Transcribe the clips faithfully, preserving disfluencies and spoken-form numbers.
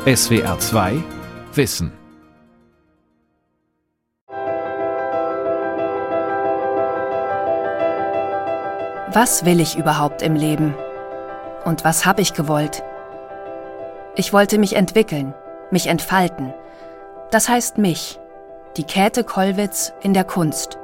S W R zwei Wissen. Was will ich überhaupt im Leben? Und was habe ich gewollt? Ich wollte mich entwickeln, mich entfalten. Das heißt mich, die Käthe Kollwitz in der Kunst.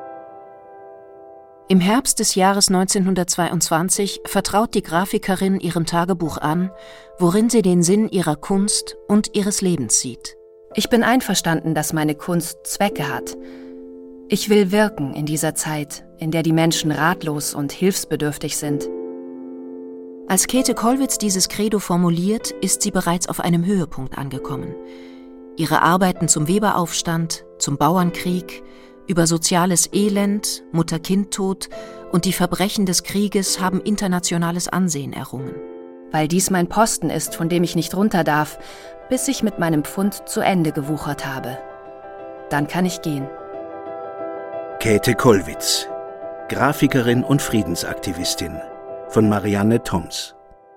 Im Herbst des Jahres neunzehnhundertzweiundzwanzig vertraut die Grafikerin ihrem Tagebuch an, worin sie den Sinn ihrer Kunst und ihres Lebens sieht. Ich bin einverstanden, dass meine Kunst Zwecke hat. Ich will wirken in dieser Zeit, in der die Menschen ratlos und hilfsbedürftig sind. Als Käthe Kollwitz dieses Credo formuliert, ist sie bereits auf einem Höhepunkt angekommen. Ihre Arbeiten zum Weberaufstand, zum Bauernkrieg, über soziales Elend, Mutter-Kind-Tod und die Verbrechen des Krieges haben internationales Ansehen errungen. Weil dies mein Posten ist, von dem ich nicht runter darf, bis ich mit meinem Pfund zu Ende gewuchert habe. Dann kann ich gehen. Käthe Kollwitz, Grafikerin und Friedensaktivistin, von Marianne Thoms.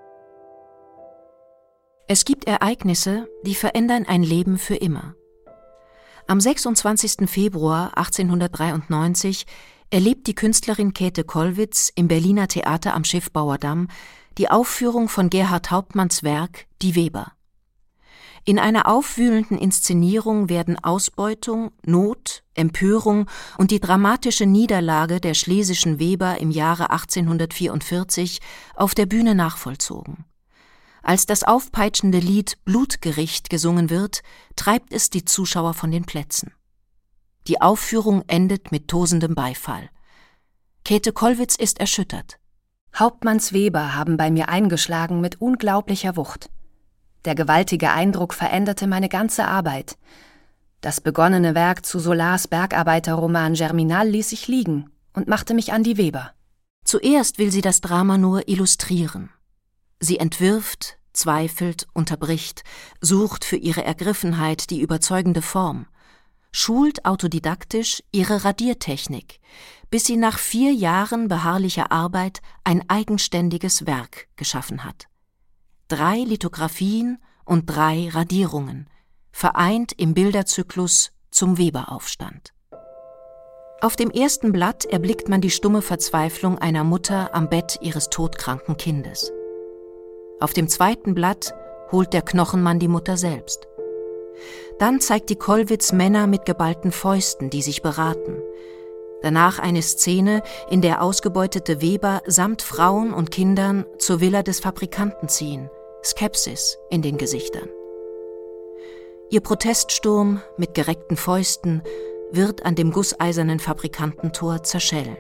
Es gibt Ereignisse, die verändern ein Leben für immer. Am sechsundzwanzigsten Februar achtzehnhundertdreiundneunzig erlebt die Künstlerin Käthe Kollwitz im Berliner Theater am Schiffbauerdamm die Aufführung von Gerhart Hauptmanns Werk Die Weber. In einer aufwühlenden Inszenierung werden Ausbeutung, Not, Empörung und die dramatische Niederlage der schlesischen Weber im Jahre achtzehnhundertvierundvierzig auf der Bühne nachvollzogen. Als das aufpeitschende Lied Blutgericht gesungen wird, treibt es die Zuschauer von den Plätzen. Die Aufführung endet mit tosendem Beifall. Käthe Kollwitz ist erschüttert. Hauptmanns Weber haben bei mir eingeschlagen mit unglaublicher Wucht. Der gewaltige Eindruck veränderte meine ganze Arbeit. Das begonnene Werk zu Solars Bergarbeiterroman Germinal ließ ich liegen und machte mich an die Weber. Zuerst will sie das Drama nur illustrieren. Sie entwirft, zweifelt, unterbricht, sucht für ihre Ergriffenheit die überzeugende Form, schult autodidaktisch ihre Radiertechnik, bis sie nach vier Jahren beharrlicher Arbeit ein eigenständiges Werk geschaffen hat. Drei Lithografien und drei Radierungen, vereint im Bilderzyklus Zum Weberaufstand. Auf dem ersten Blatt erblickt man die stumme Verzweiflung einer Mutter am Bett ihres todkranken Kindes. Auf dem zweiten Blatt holt der Knochenmann die Mutter selbst. Dann zeigt die Kollwitz Männer mit geballten Fäusten, die sich beraten. Danach eine Szene, in der ausgebeutete Weber samt Frauen und Kindern zur Villa des Fabrikanten ziehen, Skepsis in den Gesichtern. Ihr Proteststurm mit gereckten Fäusten wird an dem gusseisernen Fabrikantentor zerschellen.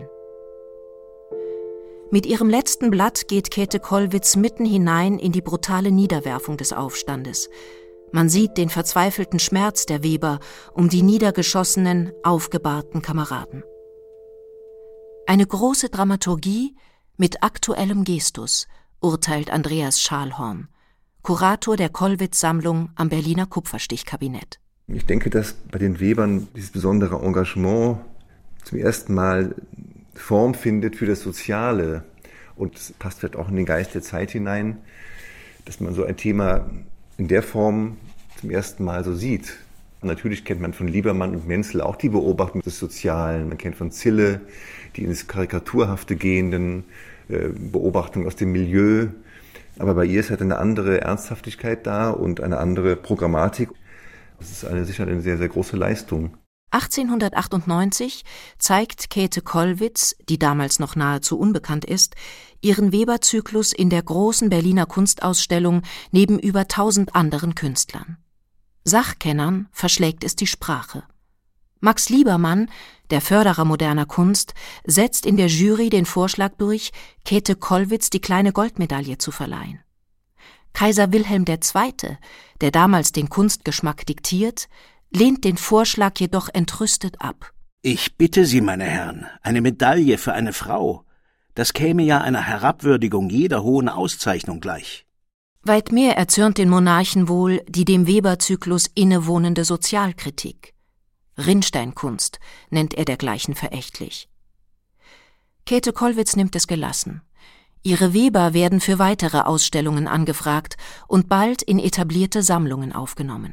Mit ihrem letzten Blatt geht Käthe Kollwitz mitten hinein in die brutale Niederwerfung des Aufstandes. Man sieht den verzweifelten Schmerz der Weber um die niedergeschossenen, aufgebahrten Kameraden. Eine große Dramaturgie mit aktuellem Gestus, urteilt Andreas Schalhorn, Kurator der Kollwitz-Sammlung am Berliner Kupferstichkabinett. Ich denke, dass bei den Webern dieses besondere Engagement zum ersten Mal Form findet für das Soziale. Und es passt vielleicht auch in den Geist der Zeit hinein, dass man so ein Thema in der Form zum ersten Mal so sieht. Natürlich kennt man von Liebermann und Menzel auch die Beobachtung des Sozialen. Man kennt von Zille die ins Karikaturhafte gehenden äh, Beobachtungen aus dem Milieu. Aber bei ihr ist halt eine andere Ernsthaftigkeit da und eine andere Programmatik. Das ist eine, sicher eine sehr, sehr große Leistung. achtzehnhundertachtundneunzig zeigt Käthe Kollwitz, die damals noch nahezu unbekannt ist, ihren Weber-Zyklus in der großen Berliner Kunstausstellung neben über tausend anderen Künstlern. Sachkennern verschlägt es die Sprache. Max Liebermann, der Förderer moderner Kunst, setzt in der Jury den Vorschlag durch, Käthe Kollwitz die kleine Goldmedaille zu verleihen. Kaiser Wilhelm der Zweite., der damals den Kunstgeschmack diktiert, lehnt den Vorschlag jedoch entrüstet ab. Ich bitte Sie, meine Herren, eine Medaille für eine Frau. Das käme ja einer Herabwürdigung jeder hohen Auszeichnung gleich. Weit mehr erzürnt den Monarchen wohl die dem Weber-Zyklus innewohnende Sozialkritik. Rinnsteinkunst nennt er dergleichen verächtlich. Käthe Kollwitz nimmt es gelassen. Ihre Weber werden für weitere Ausstellungen angefragt und bald in etablierte Sammlungen aufgenommen.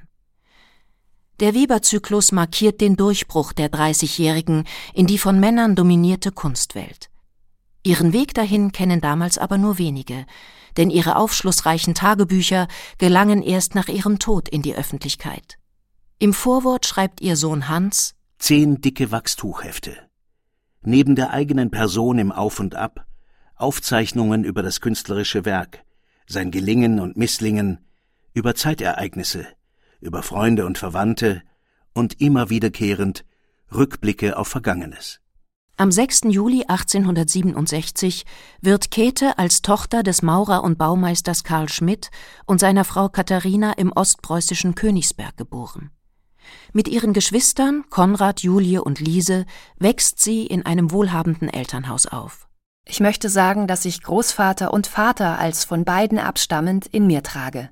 Der Weber-Zyklus markiert den Durchbruch der dreißigjährigen in die von Männern dominierte Kunstwelt. Ihren Weg dahin kennen damals aber nur wenige, denn ihre aufschlussreichen Tagebücher gelangen erst nach ihrem Tod in die Öffentlichkeit. Im Vorwort schreibt ihr Sohn Hans: Zehn dicke Wachstuchhefte. Neben der eigenen Person im Auf und Ab Aufzeichnungen über das künstlerische Werk, sein Gelingen und Misslingen, über Zeitereignisse, über Freunde und Verwandte und immer wiederkehrend Rückblicke auf Vergangenes. Am sechsten Juli achtzehnhundertsiebenundsechzig wird Käthe als Tochter des Maurer und Baumeisters Karl Schmidt und seiner Frau Katharina im ostpreußischen Königsberg geboren. Mit ihren Geschwistern Konrad, Julie und Liese wächst sie in einem wohlhabenden Elternhaus auf. Ich möchte sagen, dass ich Großvater und Vater als von beiden abstammend in mir trage.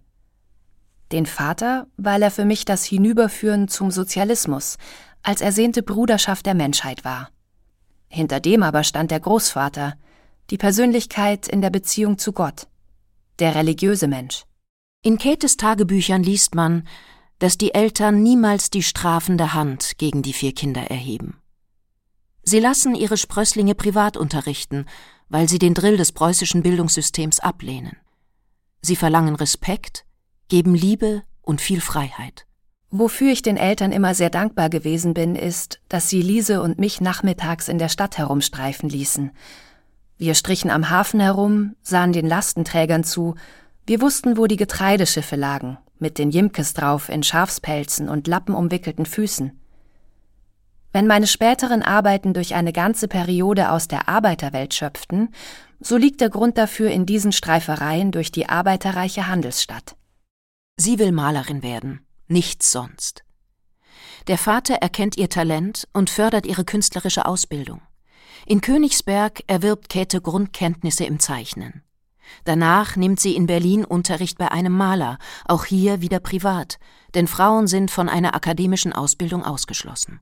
Den Vater, weil er für mich das Hinüberführen zum Sozialismus, als ersehnte Bruderschaft der Menschheit war. Hinter dem aber stand der Großvater, die Persönlichkeit in der Beziehung zu Gott, der religiöse Mensch. In Käthes Tagebüchern liest man, dass die Eltern niemals die strafende Hand gegen die vier Kinder erheben. Sie lassen ihre Sprösslinge privat unterrichten, weil sie den Drill des preußischen Bildungssystems ablehnen. Sie verlangen Respekt, geben Liebe und viel Freiheit. Wofür ich den Eltern immer sehr dankbar gewesen bin, ist, dass sie Liese und mich nachmittags in der Stadt herumstreifen ließen. Wir strichen am Hafen herum, sahen den Lastenträgern zu. Wir wussten, wo die Getreideschiffe lagen, mit den Jimkes drauf in Schafspelzen und lappenumwickelten Füßen. Wenn meine späteren Arbeiten durch eine ganze Periode aus der Arbeiterwelt schöpften, so liegt der Grund dafür in diesen Streifereien durch die arbeiterreiche Handelsstadt. Sie will Malerin werden, nichts sonst. Der Vater erkennt ihr Talent und fördert ihre künstlerische Ausbildung. In Königsberg erwirbt Käthe Grundkenntnisse im Zeichnen. Danach nimmt sie in Berlin Unterricht bei einem Maler, auch hier wieder privat, denn Frauen sind von einer akademischen Ausbildung ausgeschlossen.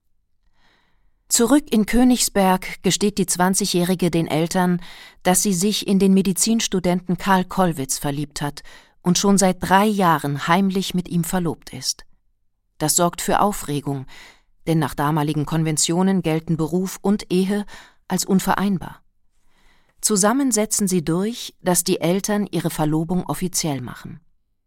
Zurück in Königsberg gesteht die zwanzigjährige den Eltern, dass sie sich in den Medizinstudenten Karl Kollwitz verliebt hat und schon seit drei Jahren heimlich mit ihm verlobt ist. Das sorgt für Aufregung, denn nach damaligen Konventionen gelten Beruf und Ehe als unvereinbar. Zusammen setzen sie durch, dass die Eltern ihre Verlobung offiziell machen.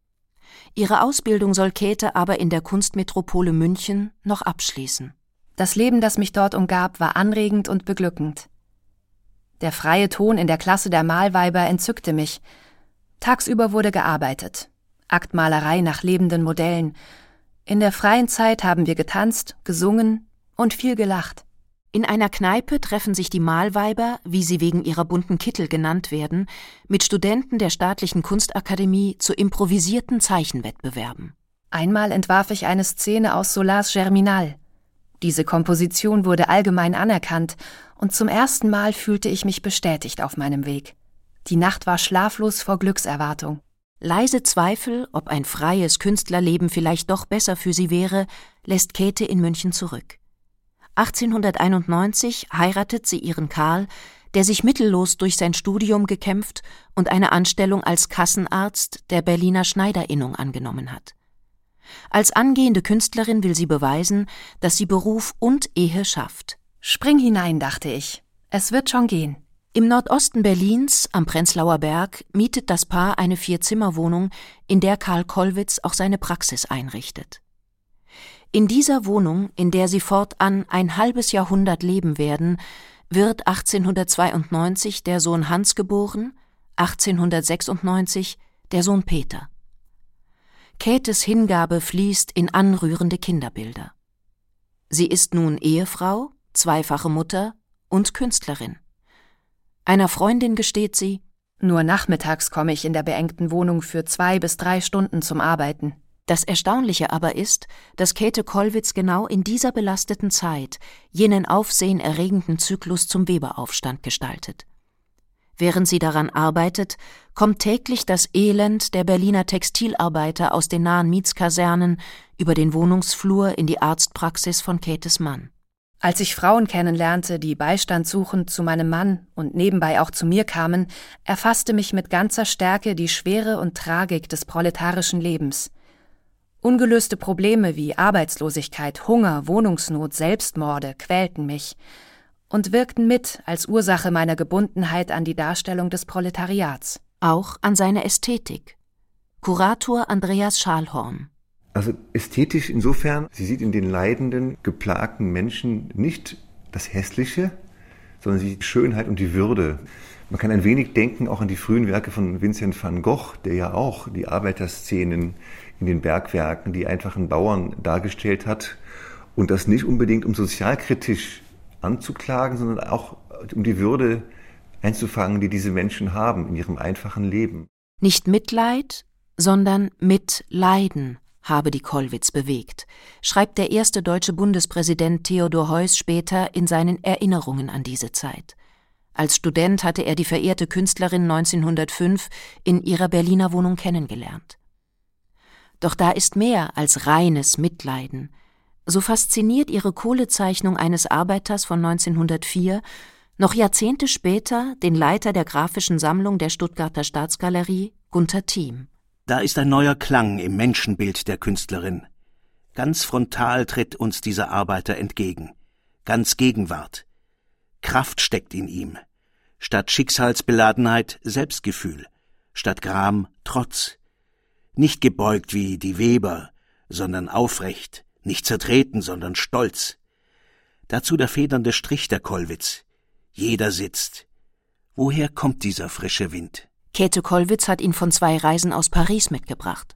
Ihre Ausbildung soll Käthe aber in der Kunstmetropole München noch abschließen. Das Leben, das mich dort umgab, war anregend und beglückend. Der freie Ton in der Klasse der Malweiber entzückte mich. Tagsüber wurde gearbeitet, Aktmalerei nach lebenden Modellen. In der freien Zeit haben wir getanzt, gesungen und viel gelacht. In einer Kneipe treffen sich die Malweiber, wie sie wegen ihrer bunten Kittel genannt werden, mit Studenten der Staatlichen Kunstakademie zu improvisierten Zeichenwettbewerben. Einmal entwarf ich eine Szene aus Solars Germinal. Diese Komposition wurde allgemein anerkannt und zum ersten Mal fühlte ich mich bestätigt auf meinem Weg. Die Nacht war schlaflos vor Glückserwartung. Leise Zweifel, ob ein freies Künstlerleben vielleicht doch besser für sie wäre, lässt Käthe in München zurück. achtzehnhunderteinundneunzig heiratet sie ihren Karl, der sich mittellos durch sein Studium gekämpft und eine Anstellung als Kassenarzt der Berliner Schneiderinnung angenommen hat. Als angehende Künstlerin will sie beweisen, dass sie Beruf und Ehe schafft. Spring hinein, dachte ich. Es wird schon gehen. Im Nordosten Berlins, am Prenzlauer Berg, mietet das Paar eine Vierzimmerwohnung, in der Karl Kollwitz auch seine Praxis einrichtet. In dieser Wohnung, in der sie fortan ein halbes Jahrhundert leben werden, wird achtzehnhundertzweiundneunzig der Sohn Hans geboren, achtzehnhundertsechsundneunzig der Sohn Peter. Käthes Hingabe fließt in anrührende Kinderbilder. Sie ist nun Ehefrau, zweifache Mutter und Künstlerin. Einer Freundin gesteht sie: Nur nachmittags komme ich in der beengten Wohnung für zwei bis drei Stunden zum Arbeiten. Das Erstaunliche aber ist, dass Käthe Kollwitz genau in dieser belasteten Zeit jenen aufsehenerregenden Zyklus zum Weberaufstand gestaltet. Während sie daran arbeitet, kommt täglich das Elend der Berliner Textilarbeiter aus den nahen Mietskasernen über den Wohnungsflur in die Arztpraxis von Käthes Mann. Als ich Frauen kennenlernte, die Beistand suchend zu meinem Mann und nebenbei auch zu mir kamen, erfasste mich mit ganzer Stärke die Schwere und Tragik des proletarischen Lebens. Ungelöste Probleme wie Arbeitslosigkeit, Hunger, Wohnungsnot, Selbstmorde quälten mich und wirkten mit als Ursache meiner Gebundenheit an die Darstellung des Proletariats. Auch an seine Ästhetik. Kurator Andreas Schalhorn. Also ästhetisch insofern, sie sieht in den leidenden, geplagten Menschen nicht das Hässliche, sondern sie die Schönheit und die Würde. Man kann ein wenig denken auch an die frühen Werke von Vincent van Gogh, der ja auch die Arbeiterszenen in den Bergwerken, die einfachen Bauern dargestellt hat. Und das nicht unbedingt, um sozialkritisch anzuklagen, sondern auch um die Würde einzufangen, die diese Menschen haben in ihrem einfachen Leben. Nicht Mitleid, sondern Mitleiden habe die Kollwitz bewegt, schreibt der erste deutsche Bundespräsident Theodor Heuss später in seinen Erinnerungen an diese Zeit. Als Student hatte er die verehrte Künstlerin neunzehnhundertfünf in ihrer Berliner Wohnung kennengelernt. Doch da ist mehr als reines Mitleiden. So fasziniert ihre Kohlezeichnung eines Arbeiters von neunzehnhundertvier noch Jahrzehnte später den Leiter der grafischen Sammlung der Stuttgarter Staatsgalerie, Gunter Thiem. Da ist ein neuer Klang im Menschenbild der Künstlerin. Ganz frontal tritt uns dieser Arbeiter entgegen. Ganz Gegenwart. Kraft steckt in ihm. Statt Schicksalsbeladenheit Selbstgefühl. Statt Gram Trotz. Nicht gebeugt wie die Weber, sondern aufrecht. Nicht zertreten, sondern stolz. Dazu der federnde Strich der Kollwitz. Jeder sitzt. Woher kommt dieser frische Wind? Käthe Kollwitz hat ihn von zwei Reisen aus Paris mitgebracht.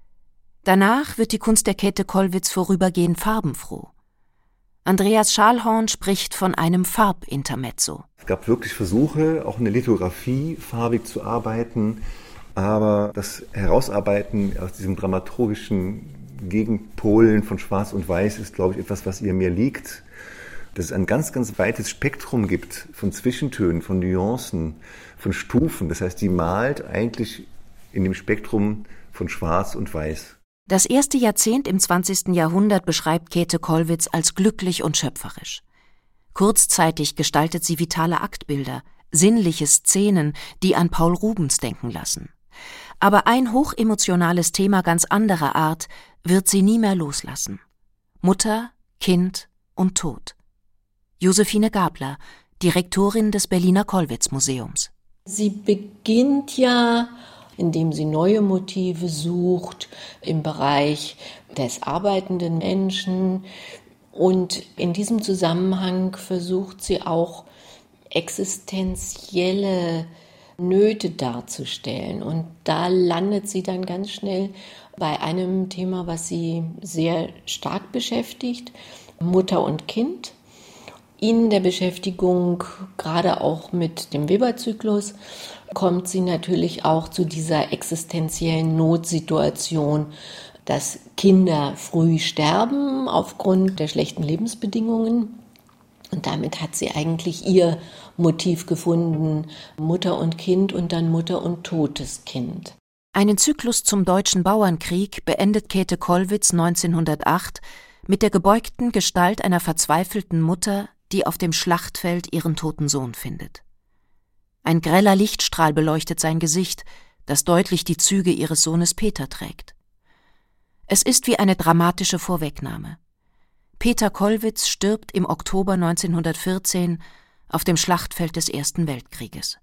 Danach wird die Kunst der Käthe Kollwitz vorübergehend farbenfroh. Andreas Schalhorn spricht von einem Farbintermezzo. Es gab wirklich Versuche, auch in der Lithografie farbig zu arbeiten, aber das Herausarbeiten aus diesem dramaturgischen Gegenpolen von Schwarz und Weiß ist, glaube ich, etwas, was ihr mehr liegt. Dass es ein ganz, ganz weites Spektrum gibt von Zwischentönen, von Nuancen, von Stufen. Das heißt, sie malt eigentlich in dem Spektrum von Schwarz und Weiß. Das erste Jahrzehnt im zwanzigsten Jahrhundert beschreibt Käthe Kollwitz als glücklich und schöpferisch. Kurzzeitig gestaltet sie vitale Aktbilder, sinnliche Szenen, die an Paul Rubens denken lassen. Aber ein hochemotionales Thema ganz anderer Art wird sie nie mehr loslassen. Mutter, Kind und Tod. Josephine Gabler, Direktorin des Berliner Kollwitz-Museums. Sie beginnt ja, indem sie neue Motive sucht im Bereich des arbeitenden Menschen. Und in diesem Zusammenhang versucht sie auch existenzielle Nöte darzustellen. Und da landet sie dann ganz schnell bei einem Thema, was sie sehr stark beschäftigt, Mutter und Kind. In der Beschäftigung, gerade auch mit dem Weber-Zyklus, kommt sie natürlich auch zu dieser existenziellen Notsituation, dass Kinder früh sterben aufgrund der schlechten Lebensbedingungen. Und damit hat sie eigentlich ihr Motiv gefunden, Mutter und Kind und dann Mutter und totes Kind. Einen Zyklus zum Deutschen Bauernkrieg beendet Käthe Kollwitz neunzehnhundertacht mit der gebeugten Gestalt einer verzweifelten Mutter, die auf dem Schlachtfeld ihren toten Sohn findet. Ein greller Lichtstrahl beleuchtet sein Gesicht, das deutlich die Züge ihres Sohnes Peter trägt. Es ist wie eine dramatische Vorwegnahme. Peter Kollwitz stirbt im Oktober neunzehnhundertvierzehn auf dem Schlachtfeld des Ersten Weltkrieges.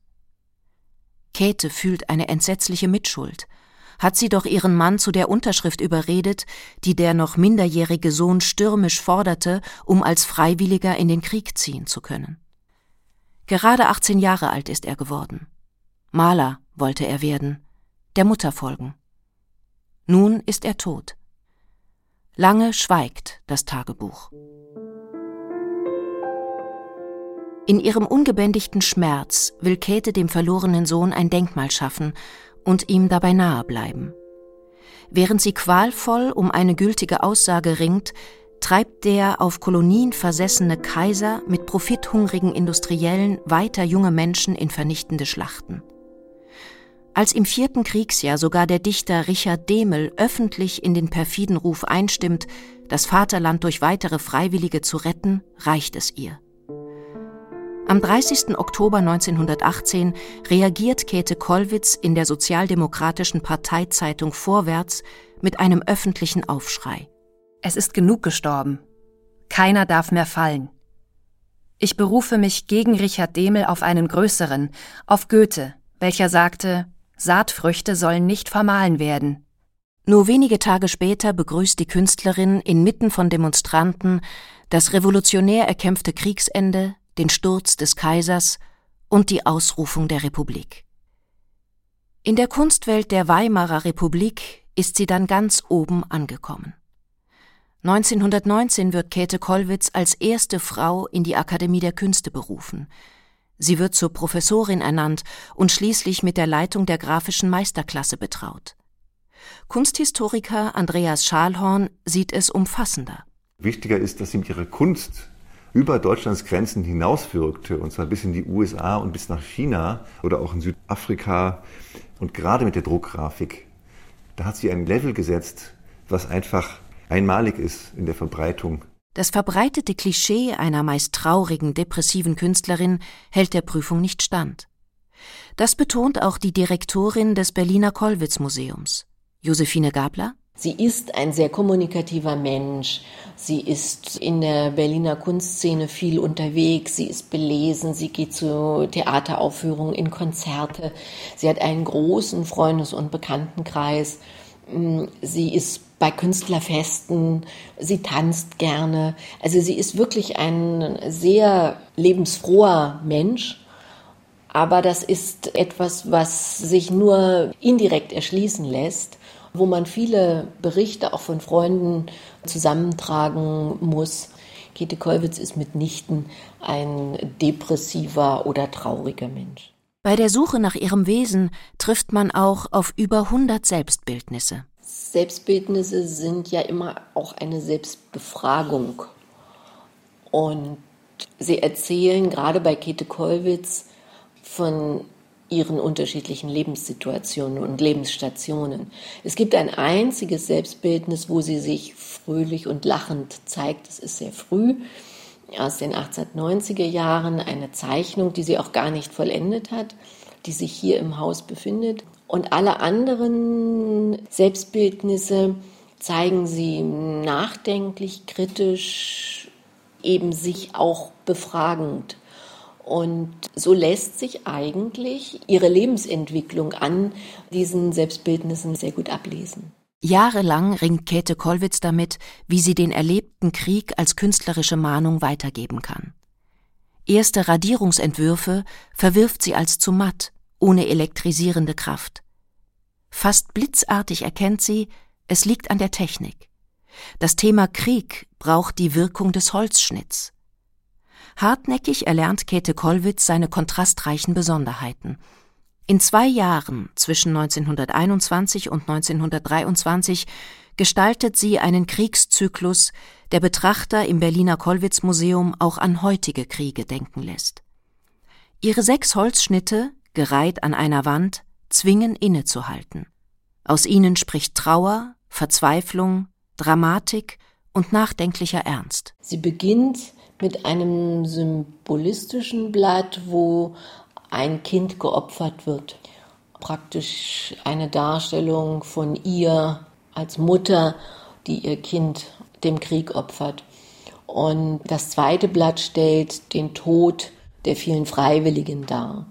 Käthe fühlt eine entsetzliche Mitschuld, hat sie doch ihren Mann zu der Unterschrift überredet, die der noch minderjährige Sohn stürmisch forderte, um als Freiwilliger in den Krieg ziehen zu können. Gerade achtzehn Jahre alt ist er geworden. Maler wollte er werden, der Mutter folgen. Nun ist er tot. Lange schweigt das Tagebuch. In ihrem ungebändigten Schmerz will Käthe dem verlorenen Sohn ein Denkmal schaffen und ihm dabei nahe bleiben. Während sie qualvoll um eine gültige Aussage ringt, treibt der auf Kolonien versessene Kaiser mit profithungrigen Industriellen weiter junge Menschen in vernichtende Schlachten. Als im vierten Kriegsjahr sogar der Dichter Richard Dehmel öffentlich in den perfiden Ruf einstimmt, das Vaterland durch weitere Freiwillige zu retten, reicht es ihr. Am dreißigsten Oktober neunzehnhundertachtzehn reagiert Käthe Kollwitz in der sozialdemokratischen Parteizeitung Vorwärts mit einem öffentlichen Aufschrei. Es ist genug gestorben. Keiner darf mehr fallen. Ich berufe mich gegen Richard Dehmel auf einen größeren, auf Goethe, welcher sagte, Saatfrüchte sollen nicht vermahlen werden. Nur wenige Tage später begrüßt die Künstlerin inmitten von Demonstranten das revolutionär erkämpfte Kriegsende, den Sturz des Kaisers und die Ausrufung der Republik. In der Kunstwelt der Weimarer Republik ist sie dann ganz oben angekommen. neunzehnhundertneunzehn wird Käthe Kollwitz als erste Frau in die Akademie der Künste berufen. Sie wird zur Professorin ernannt und schließlich mit der Leitung der graphischen Meisterklasse betraut. Kunsthistoriker Andreas Schalhorn sieht es umfassender. Wichtiger ist, dass sie mit ihrer Kunst über Deutschlands Grenzen hinauswirkte, und zwar bis in die U S A und bis nach China oder auch in Südafrika. Und gerade mit der Druckgrafik, da hat sie ein Level gesetzt, was einfach einmalig ist in der Verbreitung. Das verbreitete Klischee einer meist traurigen, depressiven Künstlerin hält der Prüfung nicht stand. Das betont auch die Direktorin des Berliner Kollwitz-Museums, Josephine Gabler. Sie ist ein sehr kommunikativer Mensch. Sie ist in der Berliner Kunstszene viel unterwegs. Sie ist belesen. Sie geht zu Theateraufführungen, in Konzerte. Sie hat einen großen Freundes- und Bekanntenkreis. Sie ist bei Künstlerfesten, sie tanzt gerne. Also sie ist wirklich ein sehr lebensfroher Mensch. Aber das ist etwas, was sich nur indirekt erschließen lässt, wo man viele Berichte auch von Freunden zusammentragen muss. Käthe Kollwitz ist mitnichten ein depressiver oder trauriger Mensch. Bei der Suche nach ihrem Wesen trifft man auch auf über hundert Selbstbildnisse. Selbstbildnisse sind ja immer auch eine Selbstbefragung. Und sie erzählen gerade bei Käthe Kollwitz von ihren unterschiedlichen Lebenssituationen und Lebensstationen. Es gibt ein einziges Selbstbildnis, wo sie sich fröhlich und lachend zeigt. Das ist sehr früh, aus den achtzehnhundertneunziger Jahren, eine Zeichnung, die sie auch gar nicht vollendet hat, die sich hier im Haus befindet. Und alle anderen Selbstbildnisse zeigen sie nachdenklich, kritisch, eben sich auch befragend. Und so lässt sich eigentlich ihre Lebensentwicklung an diesen Selbstbildnissen sehr gut ablesen. Jahrelang ringt Käthe Kollwitz damit, wie sie den erlebten Krieg als künstlerische Mahnung weitergeben kann. Erste Radierungsentwürfe verwirft sie als zu matt, ohne elektrisierende Kraft. Fast blitzartig erkennt sie, es liegt an der Technik. Das Thema Krieg braucht die Wirkung des Holzschnitts. Hartnäckig erlernt Käthe Kollwitz seine kontrastreichen Besonderheiten. In zwei Jahren, zwischen neunzehnhunderteinundzwanzig und neunzehnhundertdreiundzwanzig, gestaltet sie einen Kriegszyklus, der Betrachter im Berliner Kollwitz-Museum auch an heutige Kriege denken lässt. Ihre sechs Holzschnitte, gereiht an einer Wand, zwingen innezuhalten. Aus ihnen spricht Trauer, Verzweiflung, Dramatik und nachdenklicher Ernst. Sie beginnt mit einem symbolistischen Blatt, wo ein Kind geopfert wird. Praktisch eine Darstellung von ihr als Mutter, die ihr Kind dem Krieg opfert. Und das zweite Blatt stellt den Tod der vielen Freiwilligen dar.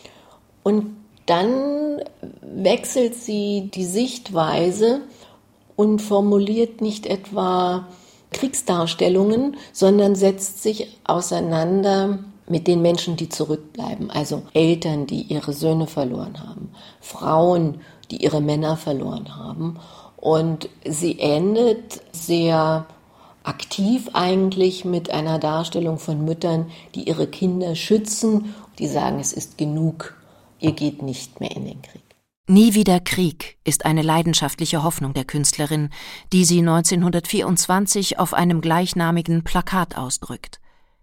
Und dann wechselt sie die Sichtweise und formuliert nicht etwa Kriegsdarstellungen, sondern setzt sich auseinander mit den Menschen, die zurückbleiben. Also Eltern, die ihre Söhne verloren haben, Frauen, die ihre Männer verloren haben. Und sie endet sehr aktiv eigentlich mit einer Darstellung von Müttern, die ihre Kinder schützen, die sagen, es ist genug, ihr geht nicht mehr in den Krieg. Nie wieder Krieg ist eine leidenschaftliche Hoffnung der Künstlerin, die sie neunzehnhundertvierundzwanzig auf einem gleichnamigen Plakat ausdrückt.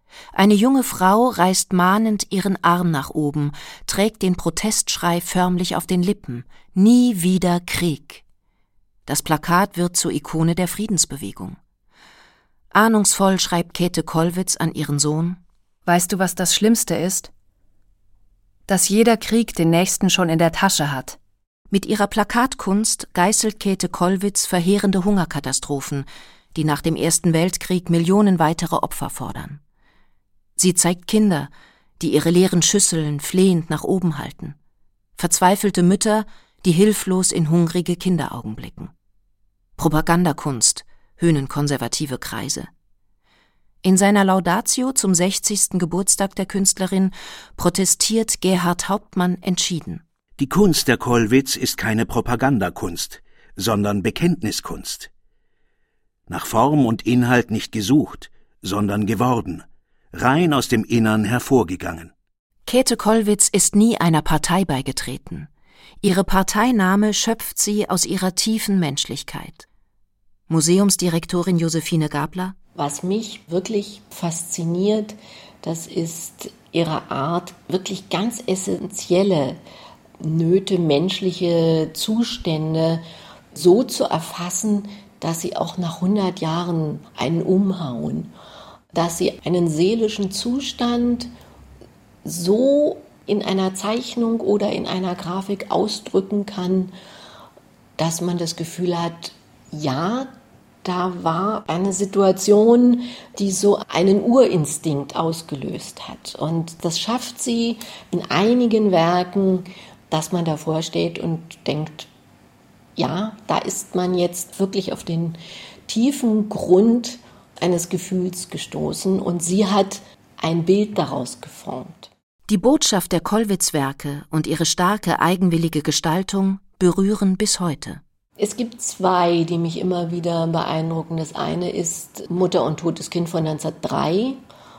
Eine junge Frau reißt mahnend ihren Arm nach oben, trägt den Protestschrei förmlich auf den Lippen. Nie wieder Krieg. Das Plakat wird zur Ikone der Friedensbewegung. Ahnungsvoll schreibt Käthe Kollwitz an ihren Sohn: Weißt du, was das Schlimmste ist? Dass jeder Krieg den nächsten schon in der Tasche hat. Mit ihrer Plakatkunst geißelt Käthe Kollwitz verheerende Hungerkatastrophen, die nach dem Ersten Weltkrieg Millionen weitere Opfer fordern. Sie zeigt Kinder, die ihre leeren Schüsseln flehend nach oben halten. Verzweifelte Mütter, die hilflos in hungrige Kinderaugen blicken. Propagandakunst, höhnen konservative Kreise. In seiner Laudatio zum sechzigsten Geburtstag der Künstlerin protestiert Gerhard Hauptmann entschieden. Die Kunst der Kollwitz ist keine Propagandakunst, sondern Bekenntniskunst. Nach Form und Inhalt nicht gesucht, sondern geworden, rein aus dem Innern hervorgegangen. Käthe Kollwitz ist nie einer Partei beigetreten. Ihre Parteinahme schöpft sie aus ihrer tiefen Menschlichkeit. Museumsdirektorin Josephine Gabler: Was mich wirklich fasziniert, das ist ihre Art, wirklich ganz essentielle Nöte, menschliche Zustände so zu erfassen, dass sie auch nach hundert Jahren einen umhauen, dass sie einen seelischen Zustand so in einer Zeichnung oder in einer Grafik ausdrücken kann, dass man das Gefühl hat, ja, da war eine Situation, die so einen Urinstinkt ausgelöst hat. Und das schafft sie in einigen Werken, dass man davor steht und denkt, ja, da ist man jetzt wirklich auf den tiefen Grund eines Gefühls gestoßen und sie hat ein Bild daraus geformt. Die Botschaft der Kollwitz-Werke und ihre starke eigenwillige Gestaltung berühren bis heute. Es gibt zwei, die mich immer wieder beeindrucken. Das eine ist Mutter und totes Kind von neunzehnhundertdrei.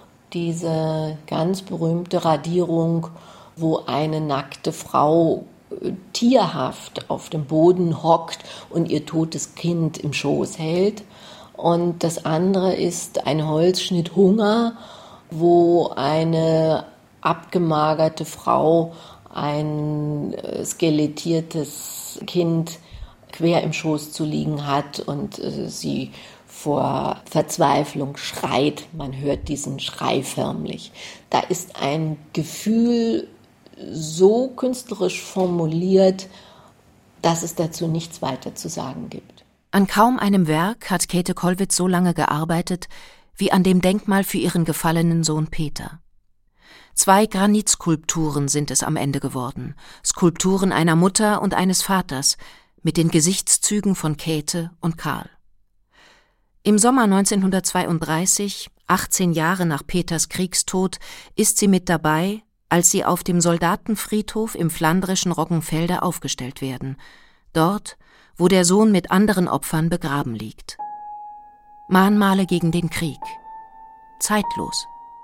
Diese ganz berühmte Radierung, wo eine nackte Frau tierhaft auf dem Boden hockt und ihr totes Kind im Schoß hält. Und das andere ist ein Holzschnitt Hunger, wo eine abgemagerte Frau ein skelettiertes Kind quer im Schoß zu liegen hat und äh, sie vor Verzweiflung schreit. Man hört diesen Schrei förmlich. Da ist ein Gefühl so künstlerisch formuliert, dass es dazu nichts weiter zu sagen gibt. An kaum einem Werk hat Käthe Kollwitz so lange gearbeitet wie an dem Denkmal für ihren gefallenen Sohn Peter. Zwei Granitskulpturen sind es am Ende geworden, Skulpturen einer Mutter und eines Vaters, mit den Gesichtszügen von Käthe und Karl. Im Sommer neunzehnhundertzweiunddreißig, achtzehn Jahre nach Peters Kriegstod, ist sie mit dabei, als sie auf dem Soldatenfriedhof im flandrischen Roggenfelde aufgestellt werden, dort, wo der Sohn mit anderen Opfern begraben liegt. Mahnmale gegen den Krieg. Zeitlos.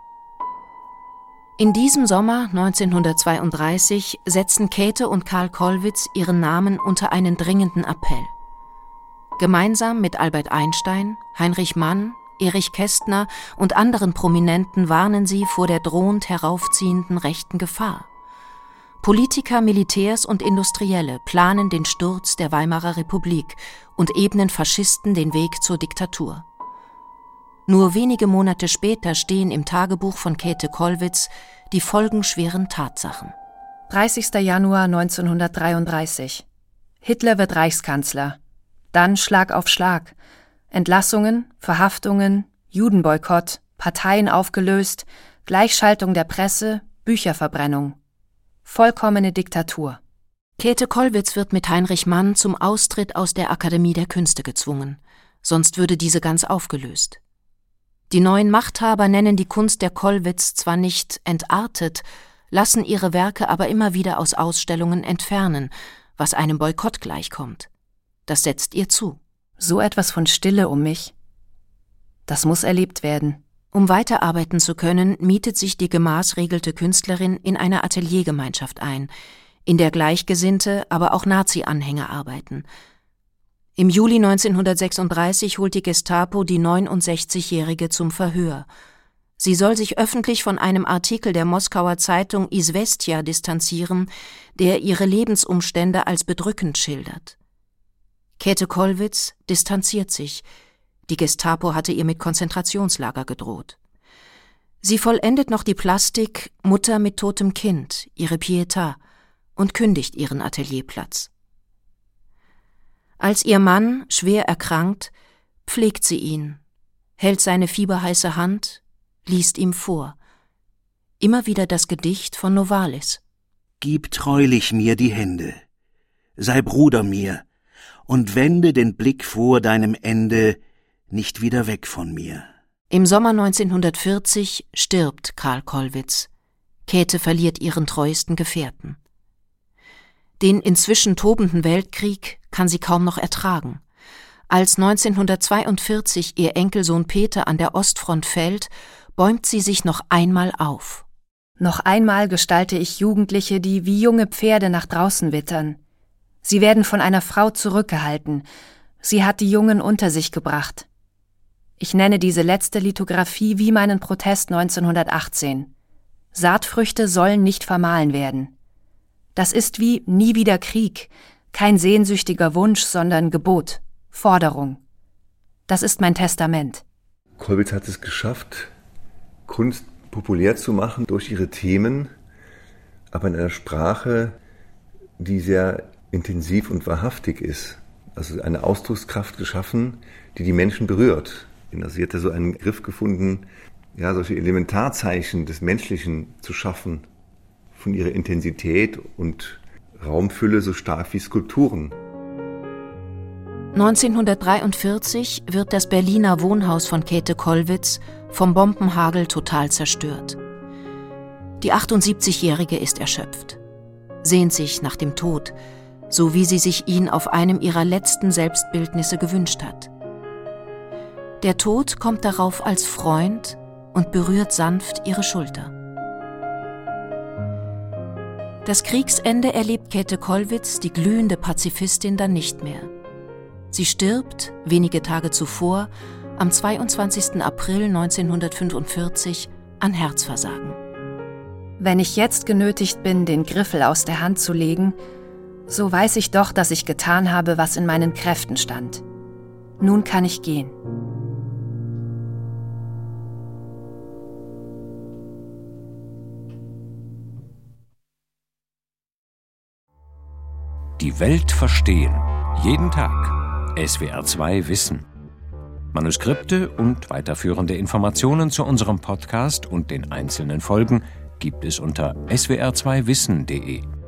In diesem Sommer neunzehnhundertzweiunddreißig setzen Käthe und Karl Kollwitz ihren Namen unter einen dringenden Appell. Gemeinsam mit Albert Einstein, Heinrich Mann, Erich Kästner und anderen Prominenten warnen sie vor der drohend heraufziehenden rechten Gefahr. Politiker, Militärs und Industrielle planen den Sturz der Weimarer Republik und ebnen Faschisten den Weg zur Diktatur. Nur wenige Monate später stehen im Tagebuch von Käthe Kollwitz die folgenschweren Tatsachen. dreißigster Januar neunzehnhundertdreiunddreißig. Hitler wird Reichskanzler. Dann Schlag auf Schlag. Entlassungen, Verhaftungen, Judenboykott, Parteien aufgelöst, Gleichschaltung der Presse, Bücherverbrennung. Vollkommene Diktatur. Käthe Kollwitz wird mit Heinrich Mann zum Austritt aus der Akademie der Künste gezwungen, sonst würde diese ganz aufgelöst. Die neuen Machthaber nennen die Kunst der Kollwitz zwar nicht entartet, lassen ihre Werke aber immer wieder aus Ausstellungen entfernen, was einem Boykott gleichkommt. Das setzt ihr zu. So etwas von Stille um mich. Das muss erlebt werden. Um weiterarbeiten zu können, mietet sich die gemaßregelte Künstlerin in eine Ateliergemeinschaft ein, in der Gleichgesinnte, aber auch Nazi-Anhänger arbeiten. Im Juli neunzehnhundertsechsunddreißig holt die Gestapo die neunundsechzigjährige zum Verhör. Sie soll sich öffentlich von einem Artikel der Moskauer Zeitung Izvestia distanzieren, der ihre Lebensumstände als bedrückend schildert. Käthe Kollwitz distanziert sich. Die Gestapo hatte ihr mit Konzentrationslager gedroht. Sie vollendet noch die Plastik Mutter mit totem Kind, ihre Pietà, und kündigt ihren Atelierplatz. Als ihr Mann schwer erkrankt, pflegt sie ihn, hält seine fieberheiße Hand, liest ihm vor. Immer wieder das Gedicht von Novalis. Gib treulich mir die Hände, sei Bruder mir, und wende den Blick vor deinem Ende nicht wieder weg von mir. Im Sommer neunzehnhundertvierzig stirbt Karl Kollwitz. Käthe verliert ihren treuesten Gefährten. Den inzwischen tobenden Weltkrieg kann sie kaum noch ertragen. Als neunzehnhundertzweiundvierzig ihr Enkelsohn Peter an der Ostfront fällt, bäumt sie sich noch einmal auf. Noch einmal gestalte ich Jugendliche, die wie junge Pferde nach draußen wittern. Sie werden von einer Frau zurückgehalten. Sie hat die Jungen unter sich gebracht. Ich nenne diese letzte Lithografie wie meinen Protest neunzehnhundertachtzehn. Saatfrüchte sollen nicht vermahlen werden. Das ist wie nie wieder Krieg, kein sehnsüchtiger Wunsch, sondern Gebot, Forderung. Das ist mein Testament. Kollwitz hat es geschafft, Kunst populär zu machen durch ihre Themen, aber in einer Sprache, die sehr intensiv und wahrhaftig ist. Also eine Ausdruckskraft geschaffen, die die Menschen berührt. Also sie hat da so einen Griff gefunden, ja, solche Elementarzeichen des Menschlichen zu schaffen, von ihrer Intensität und Raumfülle so stark wie Skulpturen. neunzehnhundertdreiundvierzig wird das Berliner Wohnhaus von Käthe Kollwitz vom Bombenhagel total zerstört. Die achtundsiebzigjährige ist erschöpft, sehnt sich nach dem Tod, so wie sie sich ihn auf einem ihrer letzten Selbstbildnisse gewünscht hat. Der Tod kommt darauf als Freund und berührt sanft ihre Schulter. Das Kriegsende erlebt Käthe Kollwitz, die glühende Pazifistin, dann nicht mehr. Sie stirbt, wenige Tage zuvor, am zweiundzwanzigsten April neunzehnhundertfünfundvierzig, an Herzversagen. Wenn ich jetzt genötigt bin, den Griffel aus der Hand zu legen, so weiß ich doch, dass ich getan habe, was in meinen Kräften stand. Nun kann ich gehen. Die Welt verstehen. Jeden Tag. S W R zwei Wissen. Manuskripte und weiterführende Informationen zu unserem Podcast und den einzelnen Folgen gibt es unter s w r zwei wissen punkt de.